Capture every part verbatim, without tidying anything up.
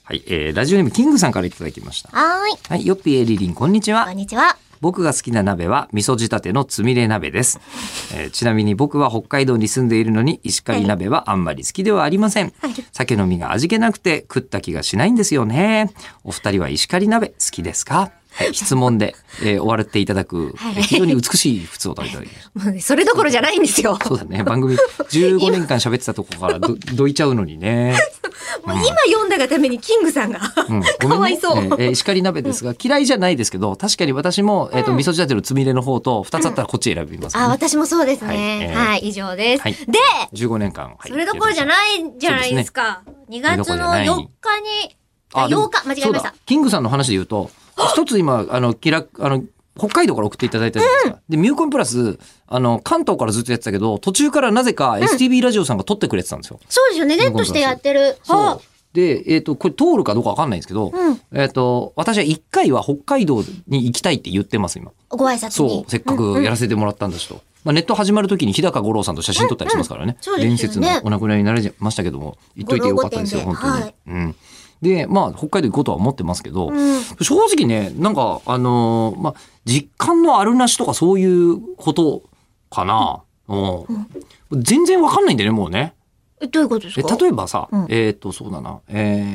はい、えー、ラジオネームキングさんからいただきました。 はーい。 はい、よっぴーえりりん、こんにちは。 こんにちは。 僕が好きな鍋は味噌仕立てのつみれ鍋です、えー、ちなみに僕は北海道に住んでいるのに石狩鍋はあんまり好きではありません、はい、酒飲みが味気なくて食った気がしないんですよね。お二人は石狩鍋好きですか？はい、質問で、えー、終わっていただく、はい、非常に美しい普通をいただきました。 もうね、それどころじゃないんですよ。 そうだね、番組じゅうごねんかん喋ってたとこから ど, どいちゃうのにね。 もう今読んだがためにキングさんが、うん、かわいそう。 えー、石狩鍋ですが、嫌いじゃないですけど、確かに私も、えーと、味噌仕立てのつみれの方とふたつあったらこっち選びます、ね、 うん、あ、私もそうですね。はい、 えーはい、以上です。はい、で、 じゅうごねんかん、はい、 それどころじゃないじゃないですか。すね、にがつのよっかに、あ、ようか、間違えました。 キングさんの話で言うと、一つ今、あの、キラ、あの、北海道から送っていただいたじゃないですか。うん、で、ミューコンプラス、あの、関東からずっとやってたけど、途中からなぜか エスティービー ラジオさんが撮ってくれてたんですよ。うん、 そうですよね。ネットしてやってる。 そう。で、えっと、これ通るかどうかわかんないんですけど、うん、えっと、私はいっかいは北海道に行きたいって言ってます、今。 ご挨拶に。 そう。せっかくやらせてもらったんだしと。うんうん、まあ、ネット始まるときに日高五郎さんと写真撮ったりしますからね。うんうん、伝説のお亡くなりになりましたけども、言っといてよかったですよ、本当に。はい、うん。で、まあ、北海道行くことは思ってますけど、うん、正直ね、なんか、あのー、まあ、実感のあるなしとかそういうことかな。うんうん、全然わかんないんだよね、もうね。 え、どういうことですか？ え、例えばさ、うん、えっと、そうだな、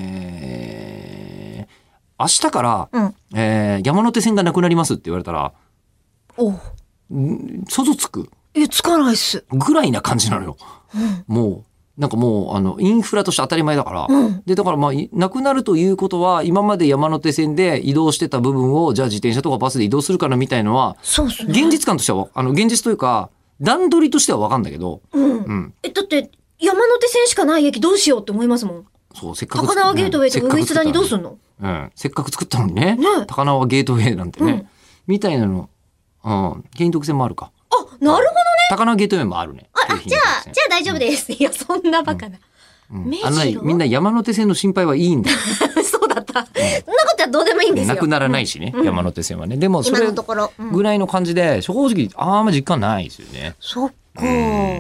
えー、明日から、うん、えー、山手線がなくなりますって言われたら、 お想像つく？ え、つかないっす。 ぐらいな感じなのよ。うん、もう。なんかもう、あの、インフラとして当たり前だから。うん、で、だからまあ、なくなるということは、今まで山手線で移動してた部分を、じゃあ自転車とかバスで移動するかなみたいのは、 そうですね。 現実感としては、あの、現実というか、段取りとしては分かんだけど。 うん。うん、え、だって、山手線しかない駅どうしようって思いますもん。 そう、せっかく。 高輪ゲートウェイとウグイスダにどうすんの？ うん。せっかく作ったのにね。ね、高輪ゲートウェイなんてね。うん、みたいなの。うん。京浜特線もあるか。 あ、なるほどね。 高輪ゲートウェイもあるね。 あ、あじゃあ、じゃあ大丈夫です。うん、いや、そんなバカな。 うん、あのみんな山手線の心配はいいんだよ。 そうだった。うん、そんなことはどうでもいいんですよ。 なくならないしね、うん、山手線はね。でもそれぐらいの感じで、正直あんま実感ないですよね。 そっか。 うん、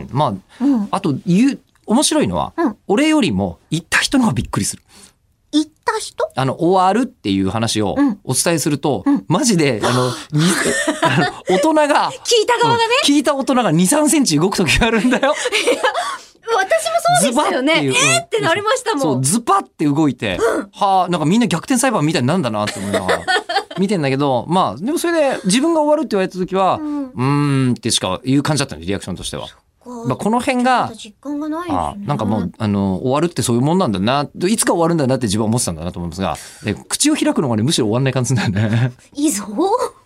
まあ、うん、あと言う面白いのは、うん、俺よりも行った人の方がびっくりする。 行った人？ あの、終わるっていう話をお伝えすると、うん、マジで、あの、にあの大人が、 聞いた側がね、 うん、聞いた大人がに、さんセンチ動くときがあるんだよ。 私もそうですよね。えーってなりましたもん。 そう、ズパって動いて、うん、はあ、なんかみんな逆転裁判みたいになんだなって思いながら見てんだけど、まあ、でもそれで自分が終わるって言われたときは、うん、うーんってしか言う感じだったんで、リアクションとしては。まあ、この辺が、 実感がないですね。 あ、なんかもう、あの、終わるってそういうもんなんだな、いつか終わるんだなって自分は思ってたんだなと思いますが、口を開くのがね、むしろ終わんない感じなんだよね。 いいぞ。